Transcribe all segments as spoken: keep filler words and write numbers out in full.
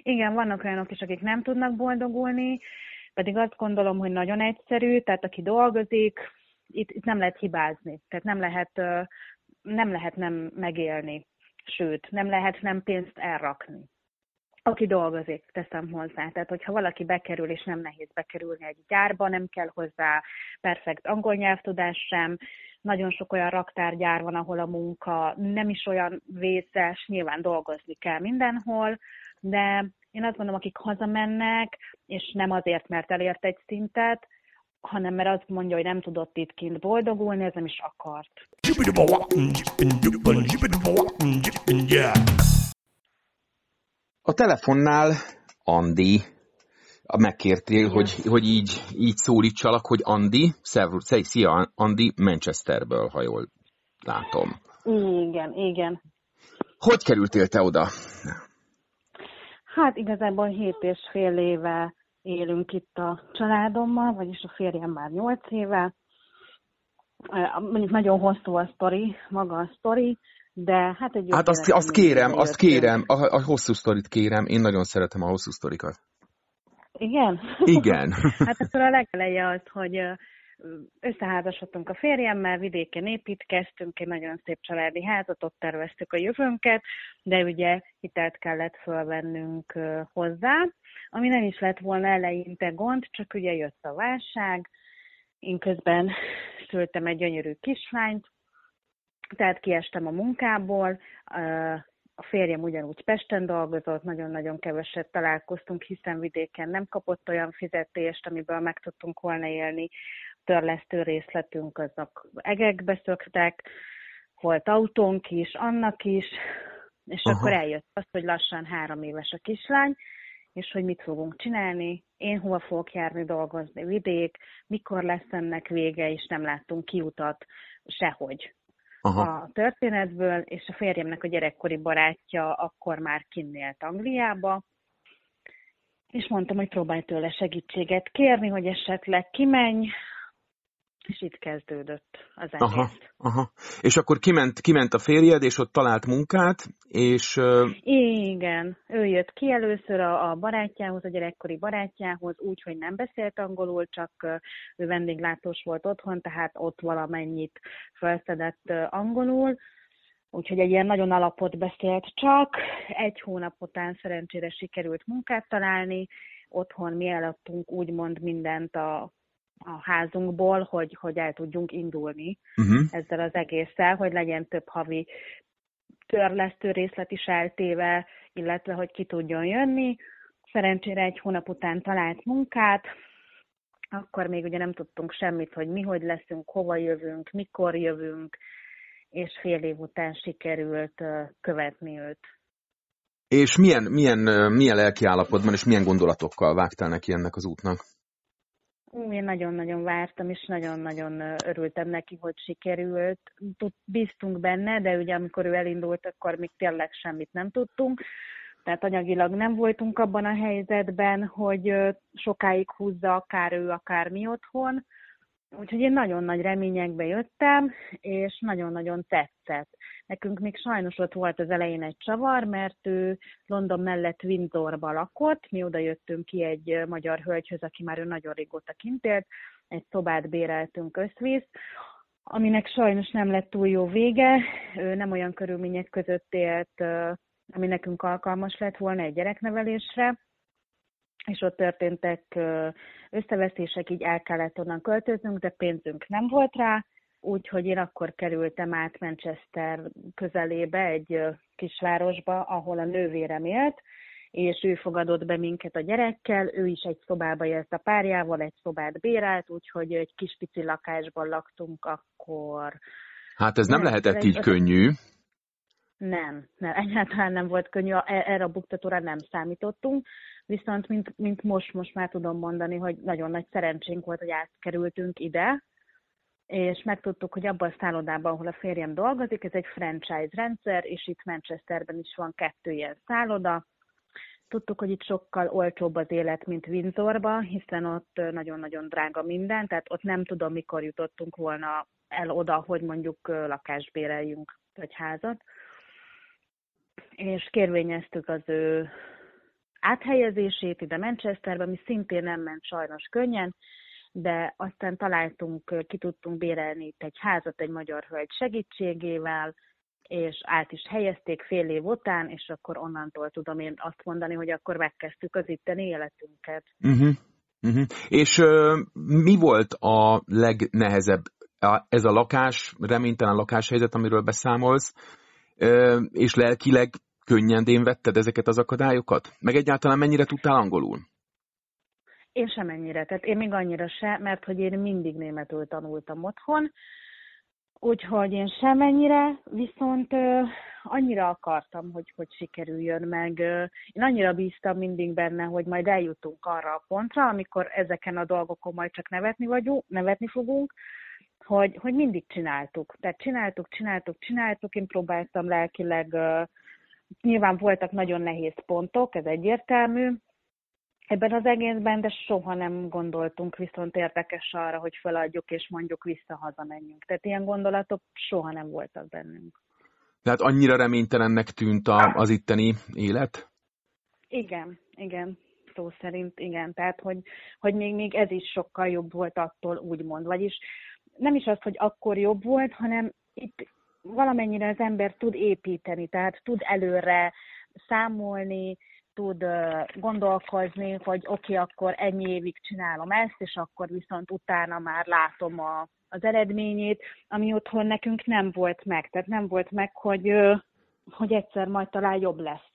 Igen, vannak olyanok is, akik nem tudnak boldogulni, pedig azt gondolom, hogy nagyon egyszerű, tehát aki dolgozik, itt, itt nem lehet hibázni, tehát nem lehet, nem lehet nem megélni, sőt, nem lehet nem pénzt elrakni. Aki dolgozik, teszem hozzá. Tehát, hogyha valaki bekerül, és nem nehéz bekerülni egy gyárba, nem kell hozzá perfekt angol nyelvtudás sem. Nagyon sok olyan raktárgyár van, ahol a munka nem is olyan vészes, nyilván dolgozni kell mindenhol, de én azt gondolom, akik hazamennek, és nem azért, mert elért egy szintet, hanem mert azt mondja, hogy nem tudott itt kint boldogulni, ez nem is akart. A telefonnál Andi megkértél, hogy, hogy így, így szólítsalak, hogy Andi, szia Andi, Manchesterből, ha jól látom. Igen, igen. Hogy kerültél te oda? Hát igazából hét és fél éve élünk itt a családommal, vagyis a férjem már nyolc éve. Mondjuk nagyon hosszú a sztori, maga a sztori, de hát egy... Hát azt, azt kérem, azt kérem, a, a hosszú sztorit kérem, én nagyon szeretem a hosszú sztorikat. Igen? Igen. Hát akkor a legeleje az, hogy összeházasodtunk a férjemmel, vidéken építkeztünk egy nagyon szép családi házat, ott terveztük a jövőnket, de ugye hitelt kellett fölvennünk hozzá, ami nem is lett volna eleinte gond, csak ugye jött a válság, én közben szültem egy gyönyörű kislányt, tehát kiestem a munkából, a férjem ugyanúgy Pesten dolgozott, nagyon-nagyon keveset találkoztunk, hiszen vidéken nem kapott olyan fizetést, amiből meg tudtunk volna élni. Törlesztő részletünk, azok egekbe szöktek, volt autónk is, annak is, és Aha. akkor eljött az, hogy lassan három éves a kislány, és hogy mit fogunk csinálni, én hova fogok járni dolgozni, vidék, mikor lesz ennek vége, és nem láttunk kiutat sehogy. Aha. a történetből, és a férjemnek a gyerekkori barátja akkor már kinn élt Angliába, és mondtam, hogy próbálj tőle segítséget kérni, hogy esetleg kimenj, és itt kezdődött az egész. Aha, aha. És akkor kiment, kiment a férjed, és ott talált munkát, és... Igen, ő jött ki először a, a barátjához, a gyerekkori barátjához, úgy, hogy nem beszélt angolul, csak ő vendéglátós volt otthon, tehát ott valamennyit felszedett angolul, úgyhogy egy ilyen nagyon alapot beszélt csak. Egy hónap után szerencsére sikerült munkát találni, otthon mi eladtunk úgymond mindent a a házunkból, hogy, hogy el tudjunk indulni uh-huh. ezzel az egésszel, hogy legyen több havi törlesztő részlet is eltéve, illetve hogy ki tudjon jönni. Szerencsére egy hónap után talált munkát, akkor még ugye nem tudtunk semmit, hogy mi hogy leszünk, hova jövünk, mikor jövünk, és fél év után sikerült követni őt. És milyen, milyen, milyen lelkiállapotban és milyen gondolatokkal vágtál neki ennek az útnak? Én nagyon-nagyon vártam, és nagyon-nagyon örültem neki, hogy sikerült. Bíztunk benne, de ugye amikor ő elindult, akkor még tényleg semmit nem tudtunk. Tehát anyagilag nem voltunk abban a helyzetben, hogy sokáig húzza akár ő, akár mi otthon. Úgyhogy én nagyon nagy reményekbe jöttem, és nagyon-nagyon tetszett. Nekünk még sajnos ott volt az elején egy csavar, mert ő London mellett Windsorba lakott, mi oda jöttünk ki egy magyar hölgyhöz, aki már ő nagyon régóta kint élt, egy szobát béreltünk összvisz, aminek sajnos nem lett túl jó vége, ő nem olyan körülmények között élt, ami nekünk alkalmas lett volna egy gyereknevelésre, és ott történtek összeveszések, így el kellett onnan költöznünk, de pénzünk nem volt rá, úgyhogy én akkor kerültem át Manchester közelébe, egy kisvárosba, ahol a nővérem élt, és ő fogadott be minket a gyerekkel, ő is egy szobába élt a párjával, egy szobát bérelt, úgyhogy egy kis pici lakásban laktunk akkor. Hát ez nem, nem lehetett így könnyű. Nem, nem, egyáltalán nem volt könnyű, erre a buktatóra nem számítottunk, viszont mint, mint most, most már tudom mondani, hogy nagyon nagy szerencsénk volt, hogy átkerültünk ide, és megtudtuk, hogy abban a szállodában, ahol a férjem dolgozik, ez egy franchise rendszer, és itt Manchesterben is van kettő ilyen szálloda. Tudtuk, hogy itt sokkal olcsóbb az élet, mint Windsorban, hiszen ott nagyon-nagyon drága minden, tehát ott nem tudom, mikor jutottunk volna el oda, hogy mondjuk lakást béreljünk, vagy házat. És kérvényeztük az ő áthelyezését ide Manchesterbe, ami szintén nem ment sajnos könnyen, de aztán találtunk, ki tudtunk bérelni itt egy házat egy magyar hölgy segítségével, és át is helyezték fél év után, és akkor onnantól tudom én azt mondani, hogy akkor megkezdtük az itteni életünket. Uh-huh. Uh-huh. És uh, mi volt a legnehezebb? Ez a lakás, reménytelen lakáshelyzet, amiről beszámolsz, uh, és lelkileg könnyedén vetted ezeket az akadályokat? Meg egyáltalán mennyire tudtál angolul? Én sem ennyire, tehát én még annyira se, mert hogy én mindig németül tanultam otthon, úgyhogy én semennyire, viszont uh, annyira akartam, hogy, hogy sikerüljön meg. Uh, én annyira bíztam mindig benne, hogy majd eljutunk arra a pontra, amikor ezeken a dolgokon majd csak nevetni, vagyunk, nevetni fogunk, hogy, hogy mindig csináltuk. Tehát csináltuk, csináltuk, csináltuk, én próbáltam lelkileg, uh, nyilván voltak nagyon nehéz pontok, ez egyértelmű, ebben az egészben, de soha nem gondoltunk viszont érdekes arra, hogy feladjuk és mondjuk vissza hazamenjünk. Tehát ilyen gondolatok soha nem voltak bennünk. Tehát annyira reménytelennek tűnt a, az itteni élet? Igen, igen, szó szerint igen. Tehát, hogy, hogy még, még ez is sokkal jobb volt attól, úgymond. Vagyis nem is az, hogy akkor jobb volt, hanem itt valamennyire az ember tud építeni, tehát tud előre számolni, tud gondolkozni, hogy oké, okay, akkor ennyi évig csinálom ezt, és akkor viszont utána már látom a, az eredményét, ami otthon nekünk nem volt meg. Tehát nem volt meg, hogy, hogy egyszer majd talán jobb lesz.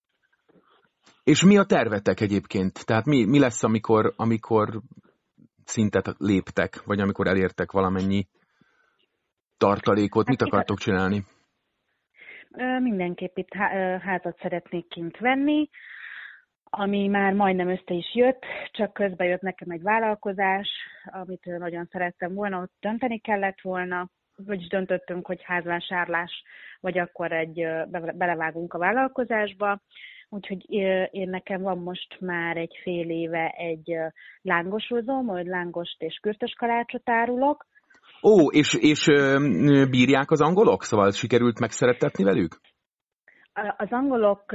És mi a tervetek egyébként? Tehát mi, mi lesz, amikor, amikor szintet léptek, vagy amikor elértek valamennyi tartalékot? Mit akartok csinálni? Mindenképp itt házat szeretnék kint venni, ami már majdnem össze is jött, csak közben jött nekem egy vállalkozás, amit nagyon szerettem volna, ott dönteni kellett volna, vagyis döntöttünk, hogy házvásárlás, vagy akkor egy, belevágunk a vállalkozásba. Úgyhogy én nekem van most már egy fél éve egy lángosozom, hogy lángost és kürtös kalácsot árulok. Ó, és, és bírják az angolok? Szóval sikerült megszerettetni velük? Az angolok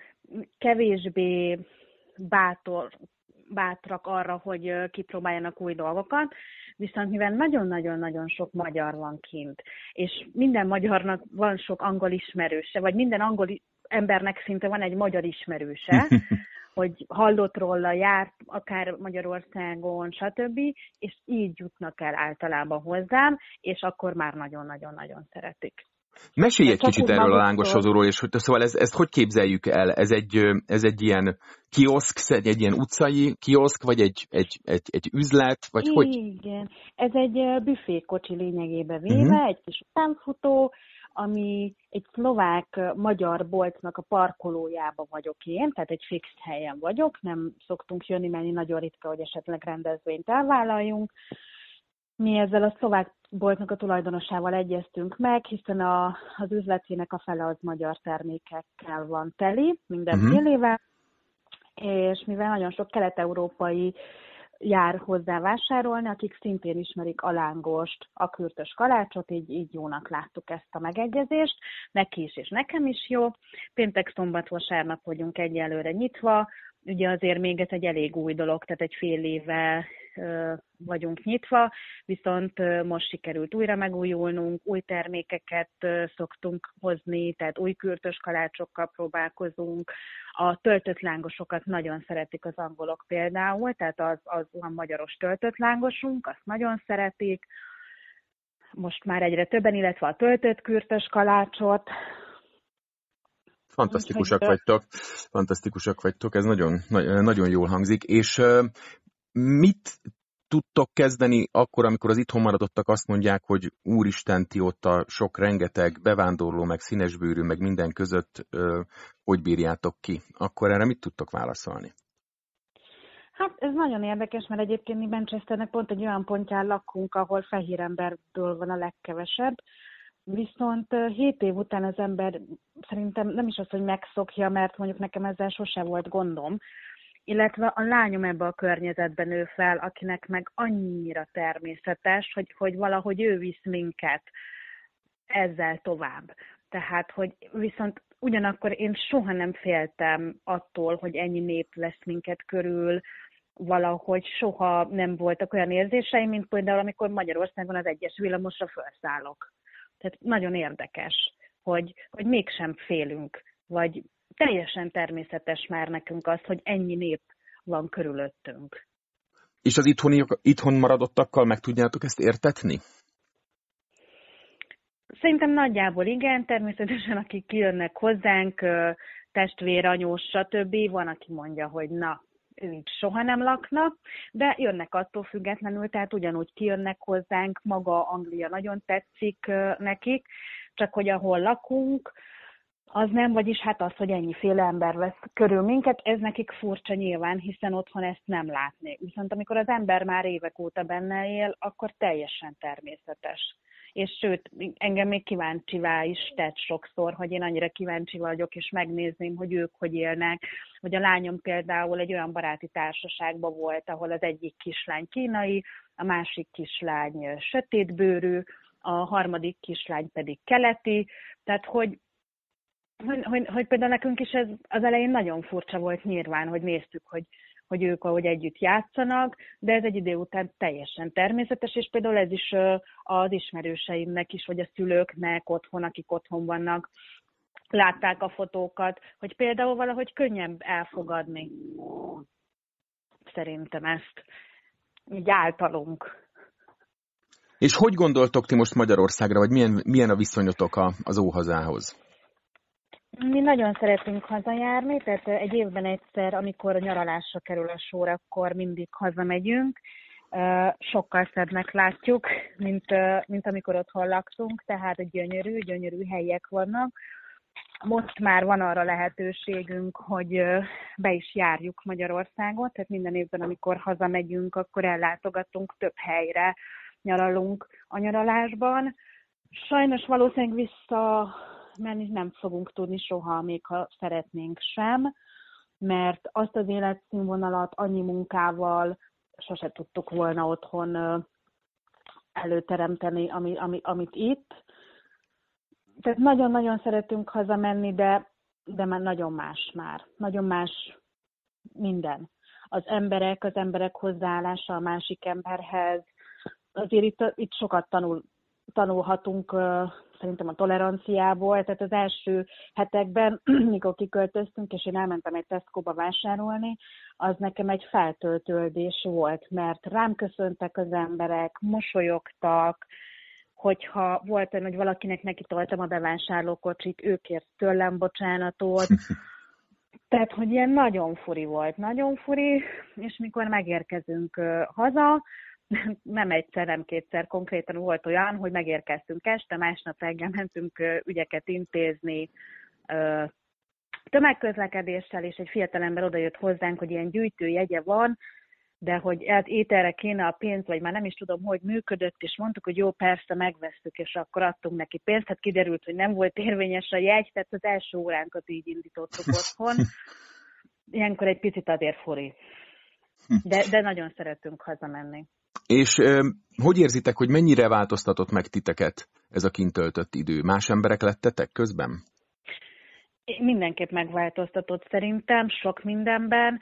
kevésbé bátor, bátrak arra, hogy kipróbáljanak új dolgokat, viszont mivel nagyon-nagyon-nagyon sok magyar van kint, és minden magyarnak van sok angol ismerőse, vagy minden angol embernek szinte van egy magyar ismerőse, hogy hallott róla, járt akár Magyarországon, stb., és így jutnak el általában hozzám, és akkor már nagyon-nagyon-nagyon szeretik. Mesélj egy kicsit erről a lángosozóról, és hogy, szóval ez, ezt hogy képzeljük el? Ez egy, ez egy ilyen kioszk, egy, egy ilyen utcai kioszk, vagy egy, egy, egy, egy üzlet, vagy Igen, hogy? Igen, ez egy büfékocsi lényegébe véve, uh-huh. Egy kis utánfutó, ami egy szlovák-magyar boltnak a parkolójába vagyok én, tehát egy fix helyen vagyok, nem szoktunk jönni, menni, nagyon ritka, hogy esetleg rendezvényt elvállaljunk. Mi ezzel a szlovák boltnak a tulajdonosával egyeztünk meg, hiszen a, az üzletének a fele az magyar termékekkel van teli, mindenfélével, uh-huh. És mivel nagyon sok kelet-európai jár hozzá vásárolni, akik szintén ismerik a lángost, a kürtös kalácsot, így, így jónak láttuk ezt a megegyezést. Neki is, és nekem is jó. Péntek, szombat, vasárnap vagyunk egyelőre nyitva. Ugye azért még ez egy elég új dolog, tehát egy fél éve ö, vagyunk nyitva, viszont ö, most sikerült újra megújulnunk, új termékeket ö, szoktunk hozni, tehát új kürtös kalácsokkal próbálkozunk. A töltött lángosokat nagyon szeretik az angolok például, tehát az, az van magyaros töltött lángosunk, azt nagyon szeretik. Most már egyre többen, illetve a töltött kürtös kalácsot. Fantasztikusak vagytok, fantasztikusak vagytok, ez nagyon, nagyon jól hangzik. És mit tudtok kezdeni akkor, amikor az itthon maradottak azt mondják, hogy úristen, ti ott a sok rengeteg bevándorló, meg színesbőrű, meg minden között, hogy bírjátok ki? Akkor erre mit tudtok válaszolni? Hát ez nagyon érdekes, mert egyébként mi Manchesternek pont egy olyan pontján lakunk, ahol fehér emberből van a legkevesebb. Viszont hét év után az ember szerintem nem is az, hogy megszokja, mert mondjuk nekem ezzel sose volt gondom, illetve a lányom ebbe a környezetben nő fel, akinek meg annyira természetes, hogy, hogy valahogy ő visz minket ezzel tovább. Tehát, hogy viszont ugyanakkor én soha nem féltem attól, hogy ennyi nép lesz minket körül, valahogy soha nem voltak olyan érzéseim, mint például, amikor Magyarországon az egyes villamosra felszállok. Tehát nagyon érdekes, hogy, hogy mégsem félünk, vagy teljesen természetes már nekünk az, hogy ennyi nép van körülöttünk. És az itthoni, itthon maradottakkal meg tudjátok ezt értetni? Szerintem nagyjából igen, természetesen akik kijönnek hozzánk, testvér, anyós, stb. Van, aki mondja, hogy na, ő így soha nem laknak, de jönnek attól függetlenül, tehát ugyanúgy kijönnek hozzánk, maga Anglia nagyon tetszik nekik, csak hogy ahol lakunk, az nem, vagyis hát az, hogy ennyiféle ember vesz körül minket, ez nekik furcsa nyilván, hiszen otthon ezt nem látni. Viszont amikor az ember már évek óta benne él, akkor teljesen természetes. És sőt, engem még kíváncsivá is tett sokszor, hogy én annyira kíváncsi vagyok, és megnézném, hogy ők hogy élnek. Hogy a lányom például egy olyan baráti társaságban volt, ahol az egyik kislány kínai, a másik kislány sötétbőrű, a harmadik kislány pedig keleti. Tehát, hogy Hogy, hogy, hogy például nekünk is ez az elején nagyon furcsa volt nyilván, hogy néztük, hogy, hogy ők ahogy együtt játszanak, de ez egy idő után teljesen természetes, és például ez is az ismerőseimnek is, vagy a szülőknek otthon, akik otthon vannak, látták a fotókat, hogy például valahogy könnyebb elfogadni. Szerintem ezt így általunk. És hogy gondoltok ti most Magyarországra, vagy milyen, milyen a viszonyotok a, az óhazához? Mi nagyon szeretünk hazajárni, tehát egy évben egyszer, amikor a nyaralásra kerül a sor, akkor mindig hazamegyünk. Sokkal szebbnek látjuk, mint, mint amikor otthon laktunk, tehát gyönyörű, gyönyörű helyek vannak. Most már van arra lehetőségünk, hogy be is járjuk Magyarországot, tehát minden évben, amikor hazamegyünk, akkor ellátogatunk több helyre, nyaralunk a nyaralásban. Sajnos valószínűleg vissza menni nem fogunk tudni soha, még ha szeretnénk sem, mert azt az életszínvonalat annyi munkával sose tudtuk volna otthon előteremteni, ami, ami, amit itt. Tehát nagyon-nagyon szeretünk hazamenni, de, de már nagyon más már. Nagyon más minden. Az emberek, az emberek hozzáállása a másik emberhez. Azért itt, itt sokat tanul, tanulhatunk szerintem a toleranciából, tehát az első hetekben, mikor kiköltöztünk, és én elmentem egy Tesco-ba vásárolni, az nekem egy feltöltődés volt, mert rám köszöntek az emberek, mosolyogtak, hogyha volt olyan, hogy valakinek neki toltam a bevásárlókocsit, ő kért tőlem bocsánatot, tehát, hogy ilyen nagyon furi volt, nagyon furi, és mikor megérkezünk uh, haza, nem egyszer, nem kétszer, konkrétan volt olyan, hogy megérkeztünk este, másnap reggel mentünk uh, ügyeket intézni uh, tömegközlekedéssel, és egy fiatalember odajött hozzánk, hogy ilyen gyűjtőjegye van, de hogy ételre kéne a pénz, vagy már nem is tudom, hogy működött, és mondtuk, hogy jó, persze, megvesszük, és akkor adtunk neki pénzt. Hát kiderült, hogy nem volt érvényes a jegy, tehát az első óránkat így indítottuk otthon. Ilyenkor egy picit azért furi. De, de nagyon szeretünk hazamenni. És euh, hogy érzitek, hogy mennyire változtatott meg titeket ez a kint töltött idő? Más emberek lettetek közben? Mindenképp megváltoztatott szerintem, sok mindenben.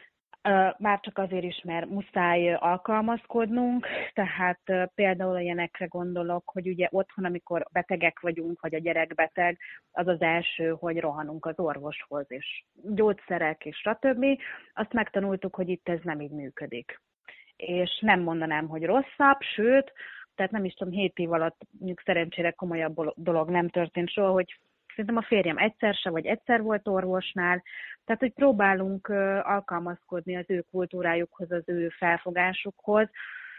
Már csak azért is, mert muszáj alkalmazkodnunk, tehát például ilyenekre gondolok, hogy ugye otthon, amikor betegek vagyunk, vagy a gyerek beteg, az az első, hogy rohanunk az orvoshoz, és gyógyszerek, és stb. Azt megtanultuk, hogy itt ez nem így működik. És nem mondanám, hogy rosszabb, sőt, tehát nem is tudom, hét év alatt mondjuk szerencsére komolyabb dolog nem történt soha, hogy szerintem a férjem egyszer se, vagy egyszer volt orvosnál, tehát hogy próbálunk alkalmazkodni az ő kultúrájukhoz, az ő felfogásukhoz,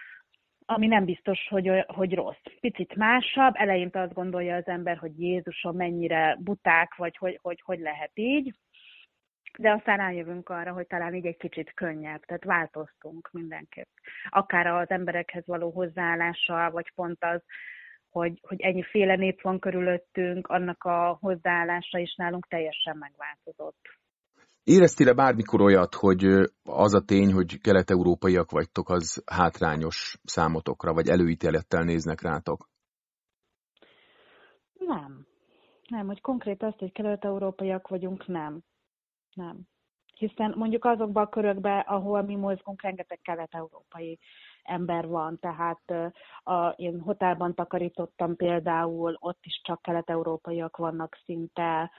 ami nem biztos, hogy, hogy rossz. Picit másabb, eleinte azt gondolja az ember, hogy Jézusom, mennyire buták, vagy hogy, hogy, hogy lehet így, de aztán rájövünk arra, hogy talán így egy kicsit könnyebb, tehát változtunk mindenképp. Akár az emberekhez való hozzáállással, vagy pont az, hogy, hogy ennyi féle nép van körülöttünk, annak a hozzáállása is nálunk teljesen megváltozott. Éreztél-e bármikor olyat, hogy az a tény, hogy kelet-európaiak vagytok, az hátrányos számotokra, vagy előítélettel néznek rátok? Nem. Nem, hogy konkrét azt, hogy kelet-európaiak vagyunk, nem. Nem. Hiszen mondjuk azokban a körökben, ahol mi mozgunk, rengeteg kelet-európai ember van, tehát a, én hotelban takarítottam például, ott is csak kelet-európaiak vannak szinte,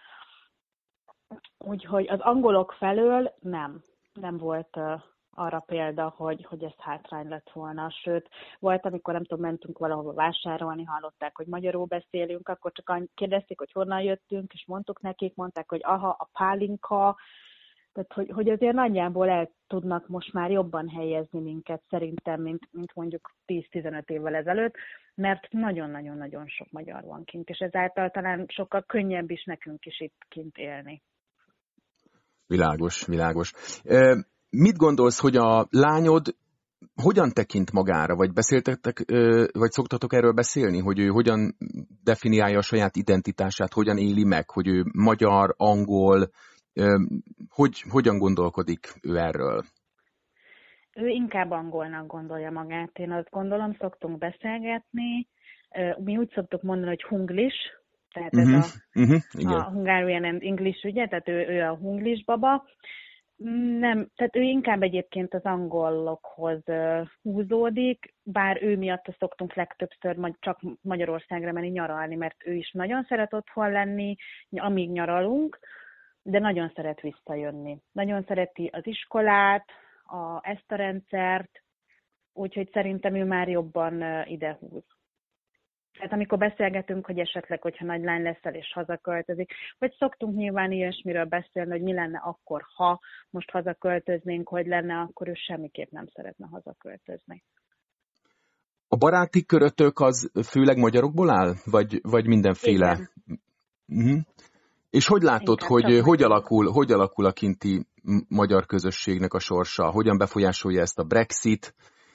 úgyhogy az angolok felől nem, nem volt uh, arra példa, hogy, hogy ez hátrány lett volna. Sőt, volt, amikor nem tudom, mentünk valahova vásárolni, hallották, hogy magyarul beszélünk, akkor csak kérdezték, hogy honnan jöttünk, és mondtuk nekik, mondták, hogy aha, a pálinka, tehát hogy, hogy azért nagyjából el tudnak most már jobban helyezni minket szerintem, mint, mint mondjuk tíz-tizenöt évvel ezelőtt, mert nagyon-nagyon-nagyon sok magyar van kint, és ezáltal talán sokkal könnyebb is nekünk is itt kint élni. Világos, világos. Mit gondolsz, hogy a lányod hogyan tekint magára, vagy beszéltetek, vagy szoktatok erről beszélni, hogy ő hogyan definiálja a saját identitását, hogyan éli meg, hogy ő magyar, angol, hogy, hogyan gondolkodik ő erről? Ő inkább angolnak gondolja magát. Én azt gondolom, szoktunk beszélgetni. Mi úgy szoktuk mondani, hogy hunglis, tehát uh-huh, ez a, uh-huh, a Hungarian and English, ugye, tehát ő, ő a hunglis baba. Nem, tehát ő inkább egyébként az angolokhoz húzódik, bár ő miatt szoktunk legtöbbször csak Magyarországra menni nyaralni, mert ő is nagyon szeret otthon lenni, amíg nyaralunk, de nagyon szeret visszajönni. Nagyon szereti az iskolát, a, ezt a rendszert, úgyhogy szerintem ő már jobban ide húz. Tehát amikor beszélgetünk, hogy esetleg, hogyha nagy lány leszel és hazaköltözik, vagy szoktunk nyilván ilyesmiről beszélni, hogy mi lenne akkor, ha most hazaköltöznénk, hogy lenne, akkor ő semmiképp nem szeretne hazaköltözni. A baráti körötök az főleg magyarokból áll? Vagy, vagy mindenféle? Uh-huh. És hogy látod, inkább hogy hogy alakul, hogy alakul a kinti magyar közösségnek a sorsa? Hogyan befolyásolja ezt a Brexit?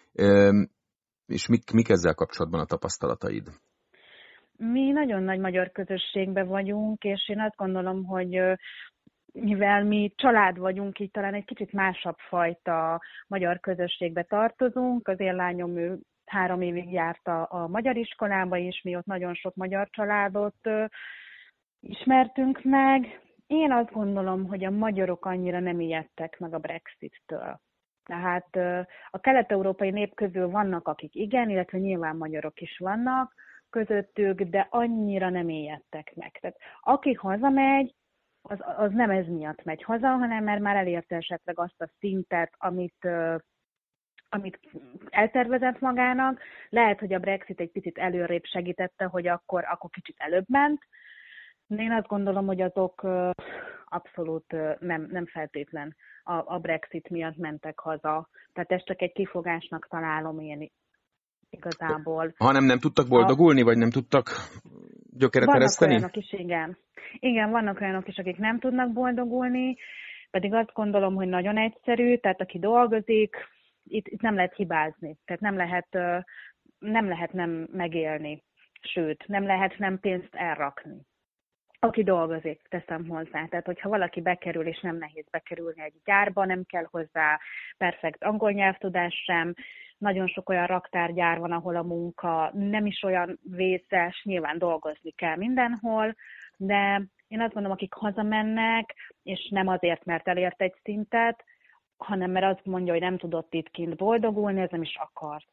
És mik, mik ezzel kapcsolatban a tapasztalataid? Mi nagyon nagy magyar közösségben vagyunk, és én azt gondolom, hogy mivel mi család vagyunk, így talán egy kicsit másabb fajta magyar közösségbe tartozunk. Az én lányom ő három évig járt a, a magyar iskolába, és mi ott nagyon sok magyar családot ismertünk meg. Én azt gondolom, hogy a magyarok annyira nem ijedtek meg a Brexittől. Tehát a kelet-európai nép közül vannak, akik igen, illetve nyilván magyarok is vannak közöttük, de annyira nem ijedtek meg. Tehát aki hazamegy, az, az nem ez miatt megy haza, hanem mert már elérte esetleg azt a szintet, amit, amit eltervezett magának. Lehet, hogy a Brexit egy picit előrébb segítette, hogy akkor, akkor kicsit előbb ment. De én azt gondolom, hogy azok abszolút nem, nem feltétlen a, a Brexit miatt mentek haza. Tehát ezt csak egy kifogásnak találom én igazából. Hanem nem tudtak boldogulni, a... vagy nem tudtak gyökeret ereszteni? Vannak olyanok is, igen. Igen, vannak olyanok is, akik nem tudnak boldogulni, pedig azt gondolom, hogy nagyon egyszerű, tehát aki dolgozik, itt, itt nem lehet hibázni, tehát nem lehet, nem lehet nem megélni, sőt, nem lehet nem pénzt elrakni. Aki dolgozik, teszem hozzá. Tehát, hogyha valaki bekerül, és nem nehéz bekerülni egy gyárba, nem kell hozzá perfekt angol nyelvtudás sem. Nagyon sok olyan raktárgyár van, ahol a munka nem is olyan vészes, nyilván dolgozni kell mindenhol, de én azt gondolom, akik hazamennek, és nem azért, mert elért egy szintet, hanem mert azt mondja, hogy nem tudott itt kint boldogulni, ez nem is akart.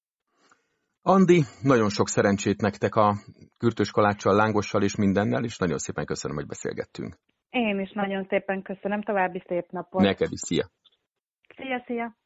Andi, nagyon sok szerencsét nektek a kürtös kaláccsal, lángossal és mindennel, és nagyon szépen köszönöm, hogy beszélgettünk. Én is nagyon szépen köszönöm, további szép napot. Neked is, szia! Szia, szia!